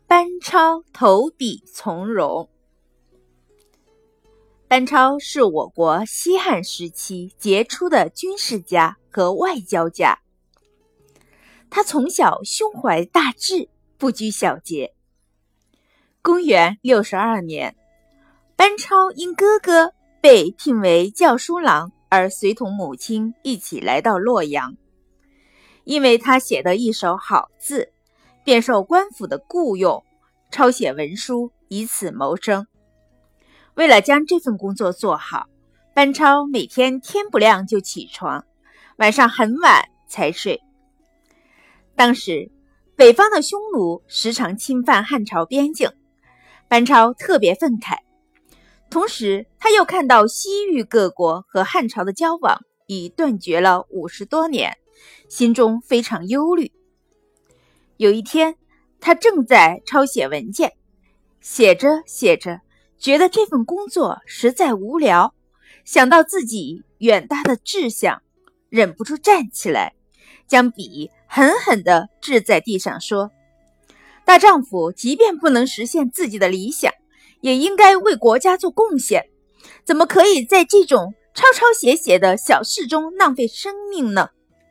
班超投笔从戎。班超是我国西汉时期杰出的军事家和外交家。他从小胸怀大志，不拘小节。公元62年，班超因哥哥被聘为校书郎而随同母亲一起来到洛阳。因为他写的一手好字，便受官府的雇用，抄写文书，以此谋生。为了将这份工作做好，班超每天天不亮就起床，晚上很晚才睡。当时北方的匈奴时常侵犯汉朝边境，班超特别愤慨。同时他又看到西域各国和汉朝的交往已断绝了50多年，心中非常忧虑。有一天，他正在抄写文件，写着写着，觉得这份工作实在无聊，想到自己远大的志向，忍不住站起来，将笔狠狠地掷在地上，说：大丈夫即便不能实现自己的理想，也应该为国家做贡献，怎么可以在这种抄抄写写的小事中浪费生命呢？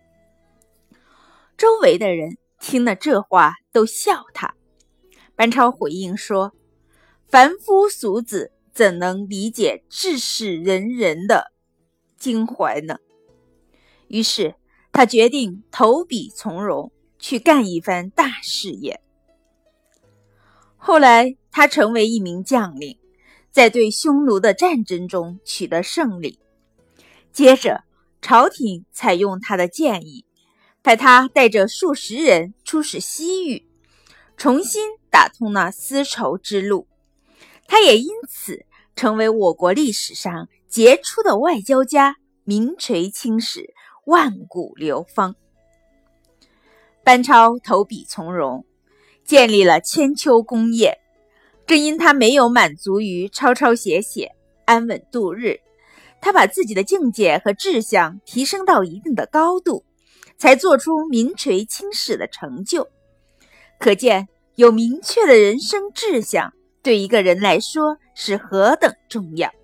周围的人听了这话都笑他。班超回应说：凡夫俗子怎能理解志士仁人的襟怀呢？于是他决定投笔从戎，去干一番大事业。后来他成为一名将领，在对匈奴的战争中取得胜利。接着朝廷采用他的建议，派他带着数十人出使西域，重新打通了丝绸之路。他也因此成为我国历史上杰出的外交家，名垂青史，万古流芳。班超投笔从戎，建立了千秋功业。正因他没有满足于抄抄写写，安稳度日，他把自己的境界和志向提升到一定的高度，才做出名垂青史的成就。可见有明确的人生志向对一个人来说是何等重要。